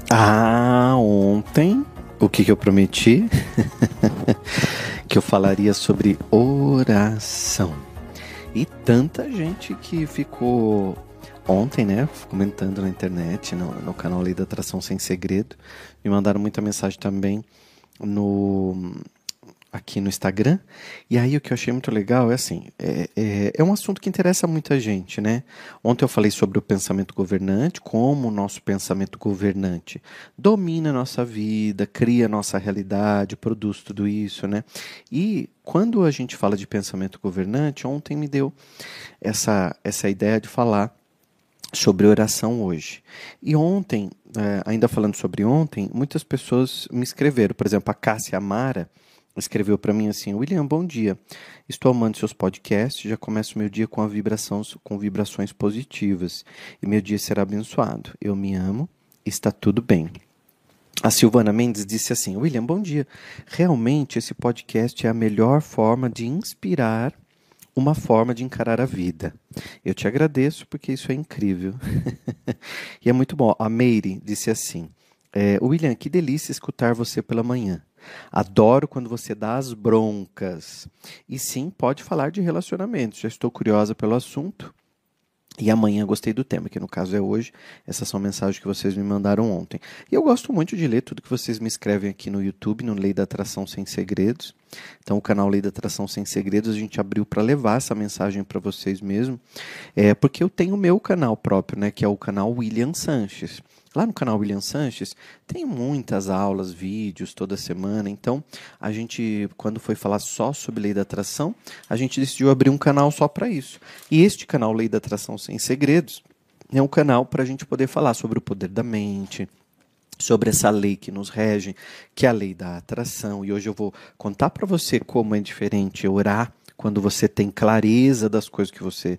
Ontem, o que eu prometi? Que eu falaria sobre oração. E tanta gente que ficou ontem, né, comentando na internet, no canal Lei da Atração Sem Segredo. Me mandaram muita mensagem também aqui no Instagram. E aí o que eu achei muito legal é assim, é um assunto que interessa muita gente, né? Ontem eu falei sobre o pensamento governante, como o nosso pensamento governante domina a nossa vida, cria a nossa realidade, produz tudo isso, né? E quando a gente fala de pensamento governante, ontem me deu essa ideia de falar sobre oração hoje. E ontem, ainda falando sobre ontem, muitas pessoas me escreveram. Por exemplo, a Cássia Amara escreveu para mim assim: William, bom dia. Estou amando seus podcasts, já começo meu dia com vibrações positivas. E meu dia será abençoado. Eu me amo, está tudo bem. A Silvana Mendes disse assim: William, bom dia. Realmente esse podcast é a melhor forma de inspirar uma forma de encarar a vida. Eu te agradeço porque isso é incrível. E é muito bom. A Meire disse assim: William, que delícia escutar você pela manhã. Adoro quando você dá as broncas. E sim, pode falar de relacionamentos. Já estou curiosa pelo assunto. E amanhã gostei do tema, que no caso é hoje. Essas são mensagens que vocês me mandaram ontem. E eu gosto muito de ler tudo que vocês me escrevem aqui no YouTube, no Lei da Atração Sem Segredos. Então o canal Lei da Atração Sem Segredos a gente abriu para levar essa mensagem para vocês mesmo. Porque eu tenho o meu canal próprio, né, que é o canal William Sanches. Lá no canal William Sanches tem muitas aulas, vídeos toda semana. Então, a gente, quando foi falar só sobre Lei da Atração, a gente decidiu abrir um canal só para isso. E este canal Lei da Atração Sem Segredos é um canal para a gente poder falar sobre o poder da mente, sobre essa lei que nos rege, que é a lei da atração. E hoje eu vou contar para você como é diferente orar quando você tem clareza das coisas que você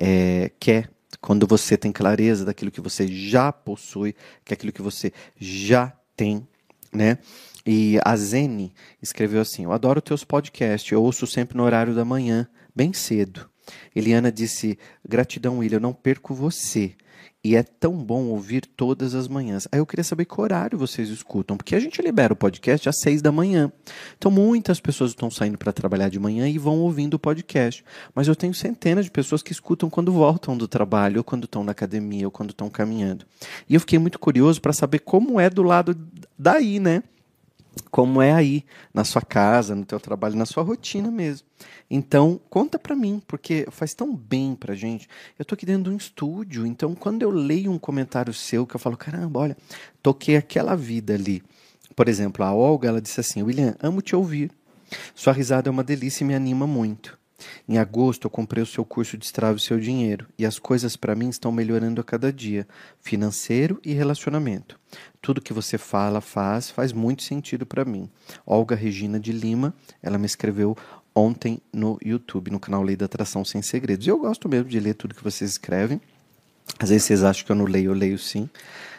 quer, quando você tem clareza daquilo que você já possui, que é aquilo que você já tem, né? E a Zene escreveu assim: eu adoro teus podcasts, eu ouço sempre no horário da manhã, bem cedo. Eliana disse: gratidão, William, eu não perco você. E é tão bom ouvir todas as manhãs. Aí eu queria saber que horário vocês escutam, porque a gente libera o podcast às 6 da manhã. Então muitas pessoas estão saindo para trabalhar de manhã e vão ouvindo o podcast. Mas eu tenho centenas de pessoas que escutam quando voltam do trabalho, ou quando estão na academia, ou quando estão caminhando. E eu fiquei muito curioso para saber como é do lado daí, né? Como é aí, na sua casa, no teu trabalho, na sua rotina mesmo. Então, conta pra mim, porque faz tão bem pra gente. Eu tô aqui dentro de um estúdio, então quando eu leio um comentário seu, que eu falo, caramba, olha, toquei aquela vida ali. Por exemplo, a Olga, ela disse assim: William, amo te ouvir. Sua risada é uma delícia e me anima muito. Em agosto eu comprei o seu curso Destrave o Seu Dinheiro e as coisas para mim estão melhorando a cada dia, financeiro e relacionamento. Tudo que você faz muito sentido para mim. Olga Regina de Lima, ela me escreveu ontem no YouTube, no canal Lei da Atração Sem Segredos. E eu gosto mesmo de ler tudo que vocês escrevem. Às vezes vocês acham que eu leio sim.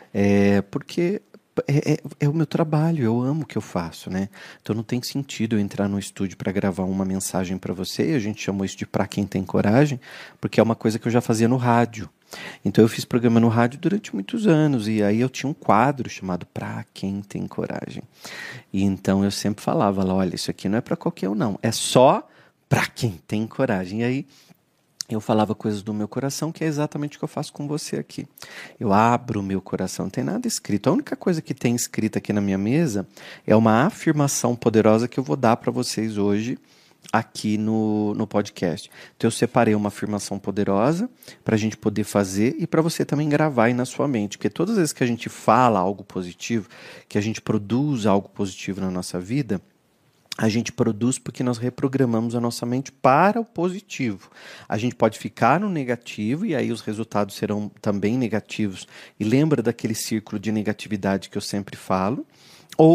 Porque é o meu trabalho, eu amo o que eu faço, né? Então não tem sentido eu entrar no estúdio para gravar uma mensagem para você, e a gente chamou isso de Pra Quem Tem Coragem, porque é uma coisa que eu já fazia no rádio. Então eu fiz programa no rádio durante muitos anos, e aí eu tinha um quadro chamado Pra Quem Tem Coragem. E então eu sempre falava lá, olha, isso aqui não é para qualquer um não, é só pra quem tem coragem. E aí eu falava coisas do meu coração, que é exatamente o que eu faço com você aqui. Eu abro o meu coração, não tem nada escrito. A única coisa que tem escrita aqui na minha mesa é uma afirmação poderosa que eu vou dar para vocês hoje aqui no podcast. Então eu separei uma afirmação poderosa para a gente poder fazer e para você também gravar aí na sua mente. Porque todas as vezes que a gente fala algo positivo, que a gente produz algo positivo na nossa vida, a gente produz porque nós reprogramamos a nossa mente para o positivo. A gente pode ficar no negativo e aí os resultados serão também negativos. E lembra daquele círculo de negatividade que eu sempre falo? Ou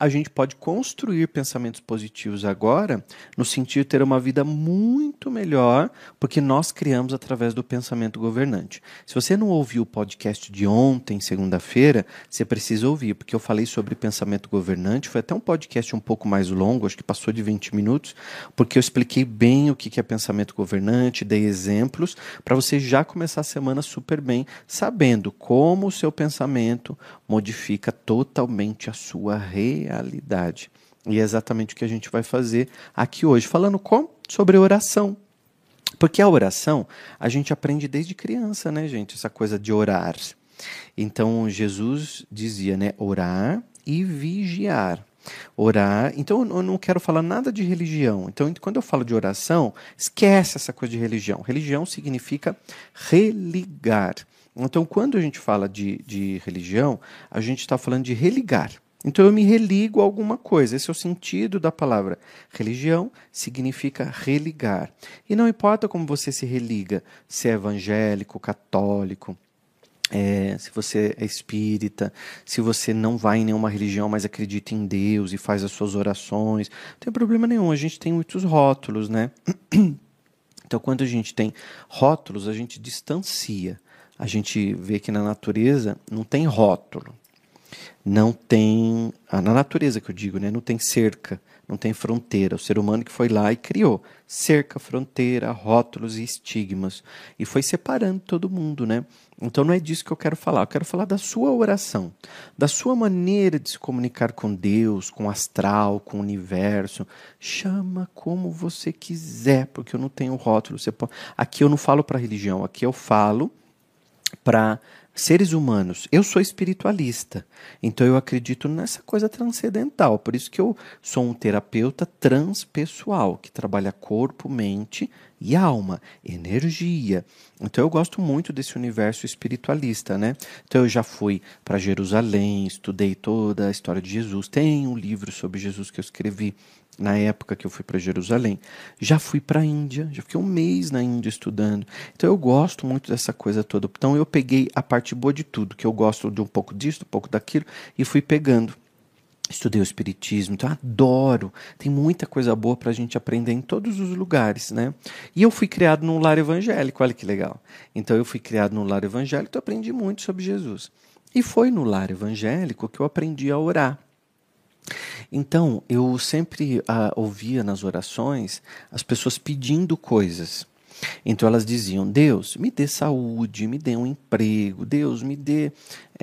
a gente pode construir pensamentos positivos agora, no sentido de ter uma vida muito melhor, porque nós criamos através do pensamento governante. Se você não ouviu o podcast de ontem, segunda-feira, você precisa ouvir, porque eu falei sobre pensamento governante, foi até um podcast um pouco mais longo, acho que passou de 20 minutos, porque eu expliquei bem o que é pensamento governante, dei exemplos, para você já começar a semana super bem, sabendo como o seu pensamento modifica totalmente a sua realidade. E é exatamente o que a gente vai fazer aqui hoje, falando sobre oração. Porque a oração, a gente aprende desde criança, né, gente? Essa coisa de orar. Então, Jesus dizia, né, orar e vigiar. Orar, então eu não quero falar nada de religião. Então, quando eu falo de oração, esquece essa coisa de religião. Religião significa religar. Então, quando a gente fala de religião, a gente está falando de religar. Então, eu me religo a alguma coisa. Esse é o sentido da palavra. Religião significa religar. E não importa como você se religa, se é evangélico, católico, se você é espírita, se você não vai em nenhuma religião, mas acredita em Deus e faz as suas orações, não tem problema nenhum. A gente tem muitos rótulos, né? Então, quando a gente tem rótulos, a gente distancia. A gente vê que na natureza não tem rótulo. Não tem, na natureza que eu digo, né? Não tem cerca, não tem fronteira. O ser humano que foi lá e criou cerca, fronteira, rótulos e estigmas. E foi separando todo mundo, né? Então não é disso que eu quero falar. Eu quero falar da sua oração, da sua maneira de se comunicar com Deus, com o astral, com o universo. Chama como você quiser, porque eu não tenho rótulo. Aqui eu não falo para religião, aqui eu falo para seres humanos. Eu sou espiritualista, então eu acredito nessa coisa transcendental. Por isso que eu sou um terapeuta transpessoal, que trabalha corpo, mente e alma, energia. Então eu gosto muito desse universo espiritualista, né? Então eu já fui para Jerusalém, estudei toda a história de Jesus. Tem um livro sobre Jesus que eu escrevi na época que eu fui para Jerusalém. Já fui para a Índia, já fiquei um mês na Índia estudando. Então eu gosto muito dessa coisa toda. Então eu peguei a parte boa de tudo, que eu gosto de um pouco disso, um pouco daquilo, e fui pegando. Estudei o espiritismo, então adoro. Tem muita coisa boa para a gente aprender em todos os lugares, né? E eu fui criado num lar evangélico, olha que legal. Então eu fui criado num lar evangélico, então eu aprendi muito sobre Jesus. E foi no lar evangélico que eu aprendi a orar. Então, eu sempre ouvia nas orações as pessoas pedindo coisas. Então elas diziam, Deus, me dê saúde, me dê um emprego, Deus, me dê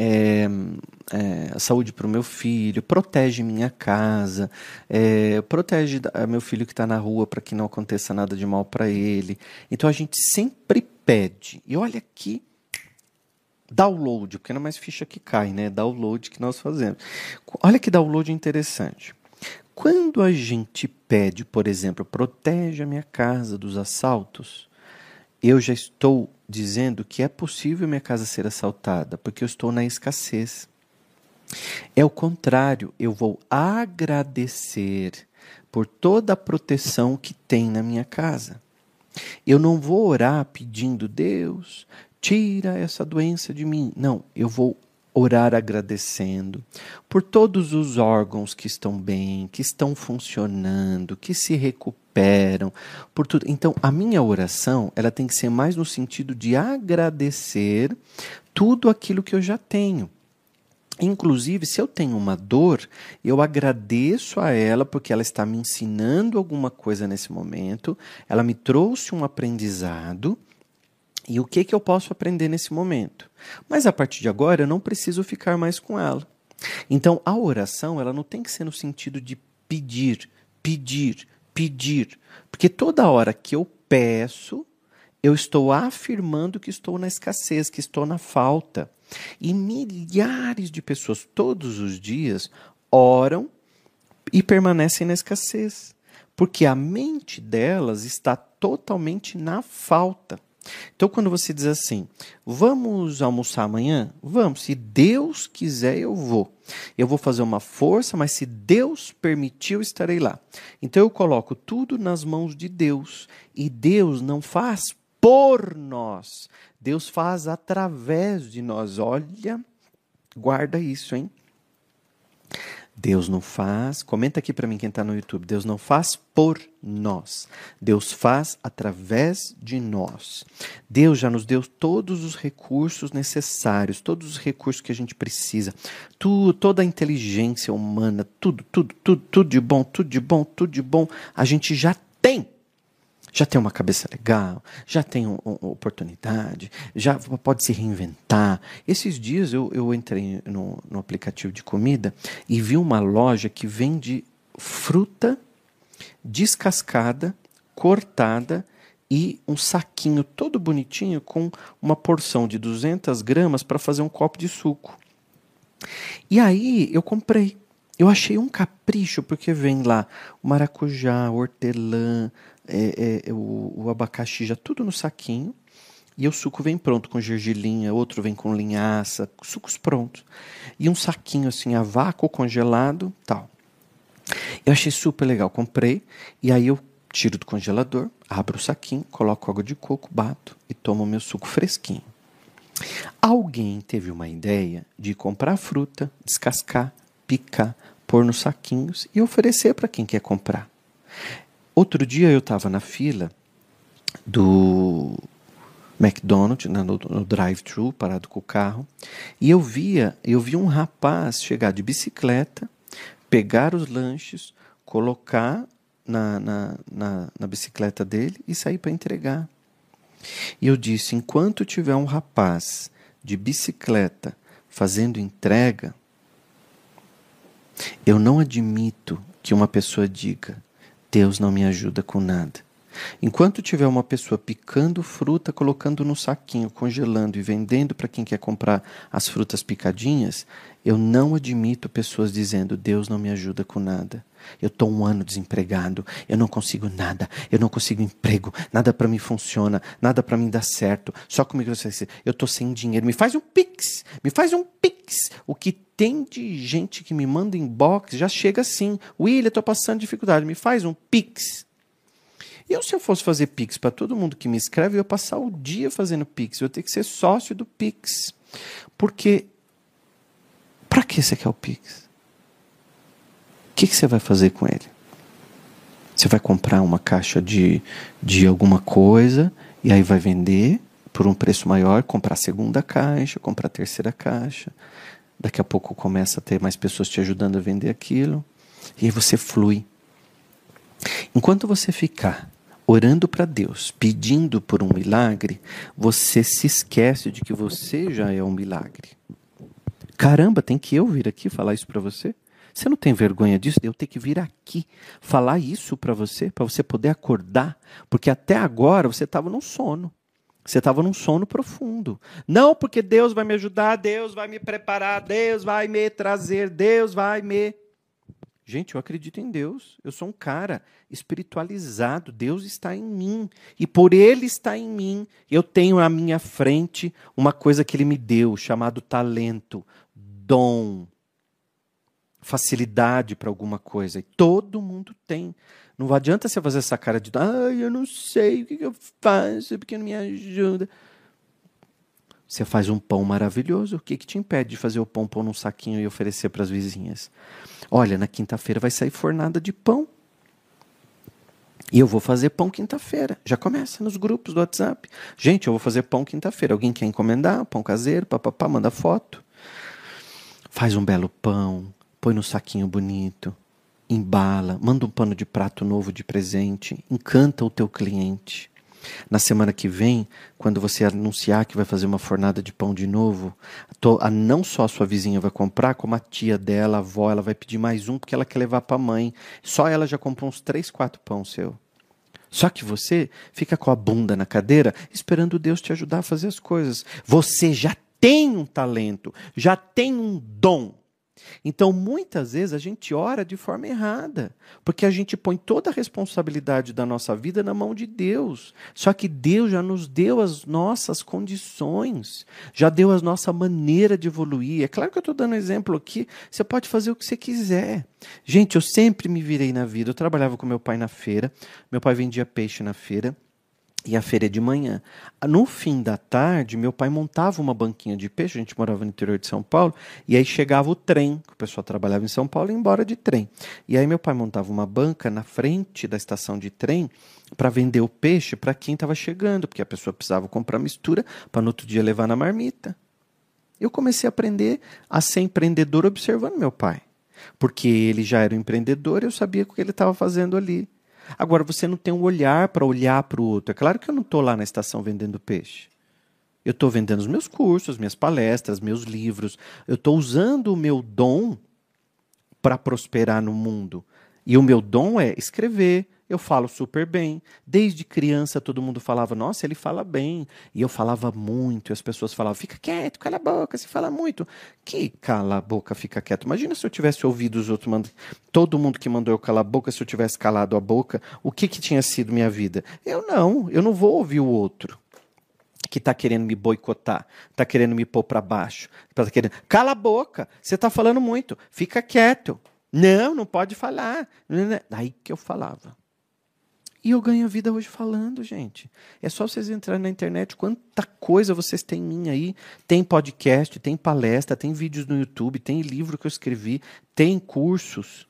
saúde para o meu filho, protege minha casa, protege meu filho que está na rua para que não aconteça nada de mal para ele. Então a gente sempre pede. E olha aqui, download, porque não é mais ficha que cai, né? Download que nós fazemos. Olha que download interessante. Quando a gente pede, por exemplo, protege a minha casa dos assaltos, eu já estou dizendo que é possível minha casa ser assaltada, porque eu estou na escassez. É o contrário, eu vou agradecer por toda a proteção que tem na minha casa. Eu não vou orar pedindo, Deus, tira essa doença de mim. Não, eu vou orar agradecendo por todos os órgãos que estão bem, que estão funcionando, que se recuperam, por tudo. Então, a minha oração, ela tem que ser mais no sentido de agradecer tudo aquilo que eu já tenho. Inclusive, se eu tenho uma dor, eu agradeço a ela porque ela está me ensinando alguma coisa nesse momento, ela me trouxe um aprendizado. E o que eu posso aprender nesse momento? Mas a partir de agora eu não preciso ficar mais com ela. Então a oração ela não tem que ser no sentido de pedir, pedir, pedir. Porque toda hora que eu peço, eu estou afirmando que estou na escassez, que estou na falta. E milhares de pessoas todos os dias oram e permanecem na escassez. Porque a mente delas está totalmente na falta. Então, quando você diz assim, vamos almoçar amanhã? Vamos, se Deus quiser eu vou. Eu vou fazer uma força, mas se Deus permitir eu estarei lá. Então eu coloco tudo nas mãos de Deus. E Deus não faz por nós. Deus faz através de nós. Olha, guarda isso, hein? Deus não faz, comenta aqui para mim quem está no YouTube, Deus não faz por nós, Deus faz através de nós. Deus já nos deu todos os recursos necessários, todos os recursos que a gente precisa, toda a inteligência humana, tudo de bom, tudo de bom, a gente já tem. Já tem uma cabeça legal, já tem uma oportunidade, já pode se reinventar. Esses dias eu entrei no aplicativo de comida e vi uma loja que vende fruta descascada, cortada e um saquinho todo bonitinho com uma porção de 200 gramas para fazer um copo de suco. E aí eu comprei. Eu achei um capricho, porque vem lá o maracujá, o hortelã, o abacaxi, já tudo no saquinho. E o suco vem pronto com gergelinha, outro vem com linhaça, sucos prontos. E um saquinho assim, a vácuo, congelado, tal. Eu achei super legal, comprei. E aí eu tiro do congelador, abro o saquinho, coloco água de coco, bato e tomo meu suco fresquinho. Alguém teve uma ideia de comprar fruta, descascar, picar, pôr nos saquinhos e oferecer para quem quer comprar. Outro dia eu estava na fila do McDonald's, no drive-thru, parado com o carro, e eu vi um rapaz chegar de bicicleta, pegar os lanches, colocar na bicicleta dele e sair para entregar. E eu disse, enquanto tiver um rapaz de bicicleta fazendo entrega, eu não admito que uma pessoa diga, Deus não me ajuda com nada. Enquanto tiver uma pessoa picando fruta, colocando no saquinho, congelando e vendendo para quem quer comprar as frutas picadinhas, eu não admito pessoas dizendo, Deus não me ajuda com nada. Eu estou 1 ano desempregado, eu não consigo nada, eu não consigo emprego, nada para mim funciona, nada para mim dá certo, só comigo eu estou sem dinheiro, me faz um pix. O que tem de gente que me manda inbox já chega assim, William, estou passando dificuldade, me faz um pix. E se eu fosse fazer pix para todo mundo que me escreve, eu ia passar o dia fazendo pix, eu ia ter que ser sócio do pix. Porque, para que você quer o pix? O que você vai fazer com ele? Você vai comprar uma caixa de alguma coisa e aí vai vender por um preço maior, comprar a segunda caixa, comprar a terceira caixa. Daqui a pouco começa a ter mais pessoas te ajudando a vender aquilo. E aí você flui. Enquanto você ficar orando para Deus, pedindo por um milagre, você se esquece de que você já é um milagre. Caramba, tem que eu vir aqui falar isso para você? Você não tem vergonha disso? Eu ter que vir aqui falar isso para você poder acordar? Porque até agora você estava num sono. Você estava num sono profundo. Não, porque Deus vai me ajudar, Deus vai me preparar, Deus vai me trazer, Deus vai me... Gente, eu acredito em Deus. Eu sou um cara espiritualizado. Deus está em mim. E por Ele estar em mim, eu tenho à minha frente uma coisa que Ele me deu, chamado talento, dom, facilidade para alguma coisa. E todo mundo tem. Não adianta você fazer essa cara de, eu não sei o que eu faço, porque não me ajuda. Você faz um pão maravilhoso. O que te impede de fazer o pão, pôr num saquinho e oferecer para as vizinhas? Olha, na quinta-feira vai sair fornada de pão. E eu vou fazer pão quinta-feira. Já começa nos grupos do WhatsApp. Gente, eu vou fazer pão quinta-feira. Alguém quer encomendar? Pão caseiro, papapá, manda foto. Faz um belo pão, põe no saquinho bonito, embala, manda um pano de prato novo de presente, encanta o teu cliente. Na semana que vem, quando você anunciar que vai fazer uma fornada de pão de novo, não só a sua vizinha vai comprar, como a tia dela, a avó, ela vai pedir mais um porque ela quer levar para a mãe. Só ela já comprou uns 3, 4 pão seu. Só que você fica com a bunda na cadeira esperando Deus te ajudar a fazer as coisas. Você já tem um talento, já tem um dom. Então, muitas vezes, a gente ora de forma errada, porque a gente põe toda a responsabilidade da nossa vida na mão de Deus. Só que Deus já nos deu as nossas condições, já deu a nossa maneira de evoluir. É claro que eu estou dando exemplo aqui, você pode fazer o que você quiser. Gente, eu sempre me virei na vida, eu trabalhava com meu pai na feira, meu pai vendia peixe na feira, E a feira é de manhã. No fim da tarde, meu pai montava uma banquinha de peixe, a gente morava no interior de São Paulo, e aí chegava o trem, que o pessoal trabalhava em São Paulo e ia embora de trem. E aí meu pai montava uma banca na frente da estação de trem para vender o peixe para quem estava chegando, porque a pessoa precisava comprar mistura para no outro dia levar na marmita. Eu comecei a aprender a ser empreendedor observando meu pai, porque ele já era um empreendedor e eu sabia o que ele estava fazendo ali. Agora, você não tem um olhar para o outro. É claro que eu não estou lá na estação vendendo peixe. Eu estou vendendo os meus cursos, minhas palestras, meus livros. Eu estou usando o meu dom para prosperar no mundo. E o meu dom é escrever. Eu falo super bem. Desde criança todo mundo falava, nossa, ele fala bem. E eu falava muito. E as pessoas falavam, fica quieto, cala a boca, você fala muito. Que cala a boca, fica quieto. Imagina se eu tivesse ouvido os outros mandando. Todo mundo que mandou eu calar a boca, se eu tivesse calado a boca, o que tinha sido minha vida? Eu não vou ouvir o outro que está querendo me boicotar, está querendo me pôr para baixo, tá querendo. Cala a boca, você está falando muito, fica quieto. Não, não pode falar. Daí que eu falava. E eu ganho a vida hoje falando, gente. É só vocês entrarem na internet, quanta coisa vocês têm em mim aí. Tem podcast, tem palestra, tem vídeos no YouTube, tem livro que eu escrevi, tem cursos.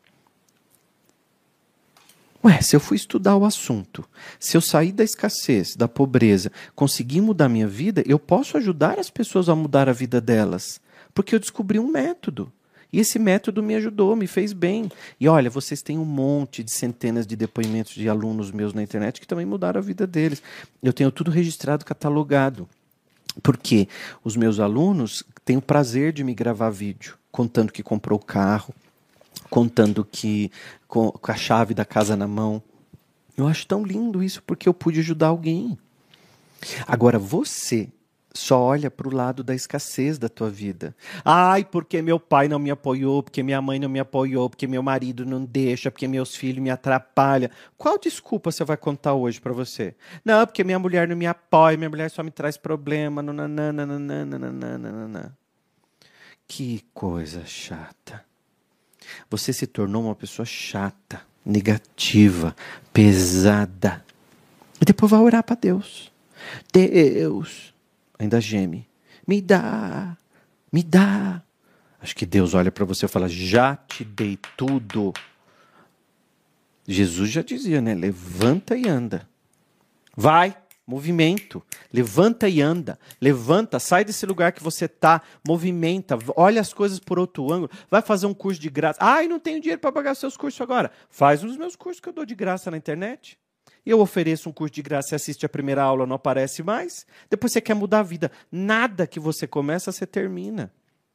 Ué, se eu fui estudar o assunto, se eu sair da escassez, da pobreza, conseguir mudar minha vida, eu posso ajudar as pessoas a mudar a vida delas. Porque eu descobri um método. E esse método me ajudou, me fez bem. E olha, vocês têm um monte de centenas de depoimentos de alunos meus na internet que também mudaram a vida deles. Eu tenho tudo registrado, catalogado. Porque os meus alunos têm o prazer de me gravar vídeo, contando que comprou o carro, contando que com a chave da casa na mão. Eu acho tão lindo isso porque eu pude ajudar alguém. Agora você só olha para o lado da escassez da tua vida. Ai, porque meu pai não me apoiou, porque minha mãe não me apoiou, porque meu marido não deixa, porque meus filhos me atrapalham. Qual desculpa você vai contar hoje para você? Não, porque minha mulher não me apoia, minha mulher só me traz problema. Nananana. Que coisa chata. Você se tornou uma pessoa chata, negativa, pesada. E depois vai orar para Deus. Deus, ainda geme. Me dá, me dá. Acho que Deus olha para você e fala, já te dei tudo. Jesus já dizia, né? Levanta e anda. Vai. Movimento, levanta e anda, levanta, sai desse lugar que você está, movimenta, olha as coisas por outro ângulo, vai fazer um curso de graça. Ai, não tenho dinheiro para pagar seus cursos agora. Faz um dos meus cursos que eu dou de graça na internet. Eu ofereço um curso de graça, você assiste a primeira aula, não aparece mais. Depois você quer mudar a vida. Nada que você começa, você termina.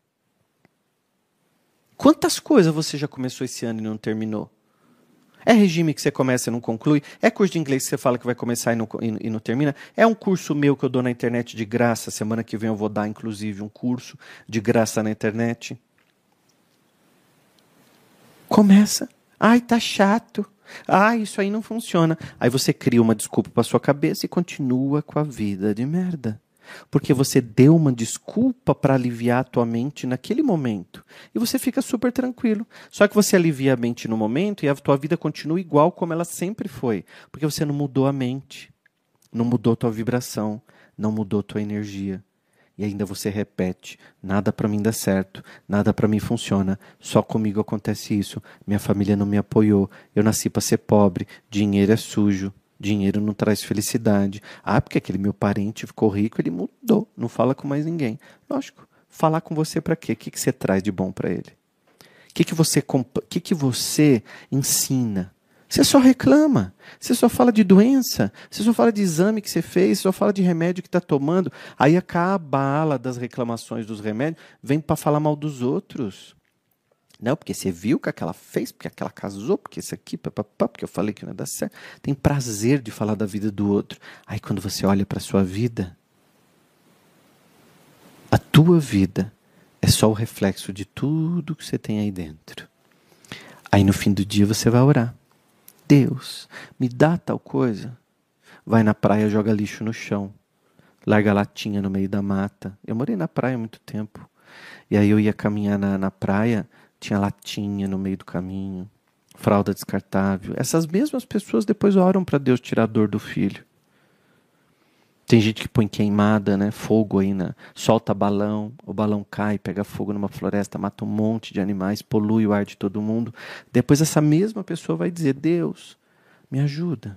Quantas coisas você já começou esse ano e não terminou? É regime que você começa e não conclui? É curso de inglês que você fala que vai começar e não termina? É um curso meu que eu dou na internet de graça? Semana que vem eu vou dar, inclusive, um curso de graça na internet. Começa. Ai, tá chato. Ai, isso aí não funciona. Aí você cria uma desculpa para sua cabeça e continua com a vida de merda. Porque você deu uma desculpa para aliviar a tua mente naquele momento. E você fica super tranquilo. Só que você alivia a mente no momento e a tua vida continua igual como ela sempre foi. Porque você não mudou a mente. Não mudou a tua vibração. Não mudou a tua energia. E ainda você repete, nada para mim dá certo, nada para mim funciona, só comigo acontece isso, minha família não me apoiou, eu nasci para ser pobre, dinheiro é sujo. Dinheiro não traz felicidade. Ah, porque aquele meu parente ficou rico, ele mudou. Não fala com mais ninguém. Lógico. Falar com você para quê? O que você traz de bom para ele? O que você ensina? Você só reclama. Você só fala de doença. Você só fala de exame que você fez. Você só fala de remédio que está tomando. Aí acaba a ala das reclamações dos remédios. Vem para falar mal dos outros. Não, porque você viu o que aquela fez, porque aquela casou, porque isso aqui, papapá, porque eu falei que não ia dar certo. Tem prazer de falar da vida do outro. Aí quando você olha para a sua vida, a tua vida é só o reflexo de tudo que você tem aí dentro. Aí no fim do dia você vai orar. Deus, me dá tal coisa. Vai na praia, joga lixo no chão. Larga a latinha no meio da mata. Eu morei na praia há muito tempo. E aí eu ia caminhar na praia, tinha latinha no meio do caminho, fralda descartável. Essas mesmas pessoas depois oram para Deus tirar a dor do filho. Tem gente que põe queimada, né? Fogo aí, solta balão, o balão cai, pega fogo numa floresta, mata um monte de animais, polui o ar de todo mundo. Depois essa mesma pessoa vai dizer: Deus, me ajuda.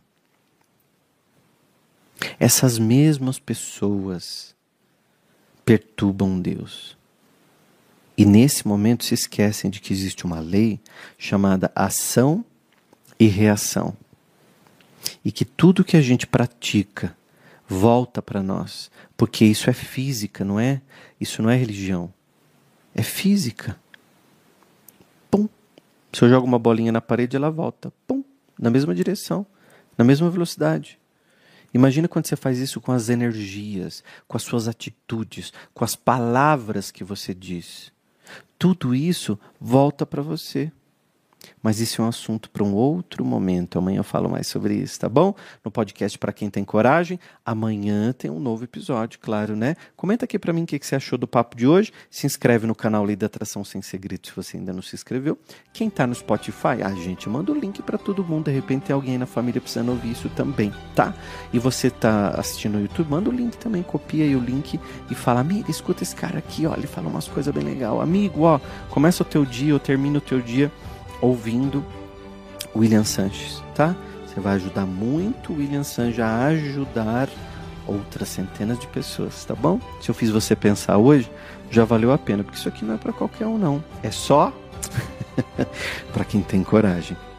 Essas mesmas pessoas perturbam Deus. E nesse momento se esquecem de que existe uma lei chamada ação e reação. E que tudo que a gente pratica volta para nós, porque isso é física, não é? Isso não é religião, é física. Pum. Se eu jogo uma bolinha na parede, ela volta, pum, na mesma direção, na mesma velocidade. Imagina quando você faz isso com as energias, com as suas atitudes, com as palavras que você diz. Tudo isso volta para você. Mas isso é um assunto para um outro momento. Amanhã eu falo mais sobre isso, tá bom? No podcast Para Quem Tem Coragem. Amanhã tem um novo episódio, claro, né? Comenta aqui para mim o que você achou do papo de hoje. Se inscreve no canal Lei da Atração Sem Segredo se você ainda não se inscreveu. Quem tá no Spotify, gente, manda o link para todo mundo. De repente tem alguém na família precisando ouvir isso também, tá? E você tá assistindo no YouTube, manda o link também. Copia aí o link e fala: amiga, escuta esse cara aqui, ó. Ele fala umas coisas bem legais. Amigo, ó, começa o teu dia ou termina o teu dia ouvindo William Sanches, tá? Você vai ajudar muito o William Sanches a ajudar outras centenas de pessoas, tá bom? Se eu fiz você pensar hoje, já valeu a pena, porque isso aqui não é para qualquer um, não. É só para quem tem coragem.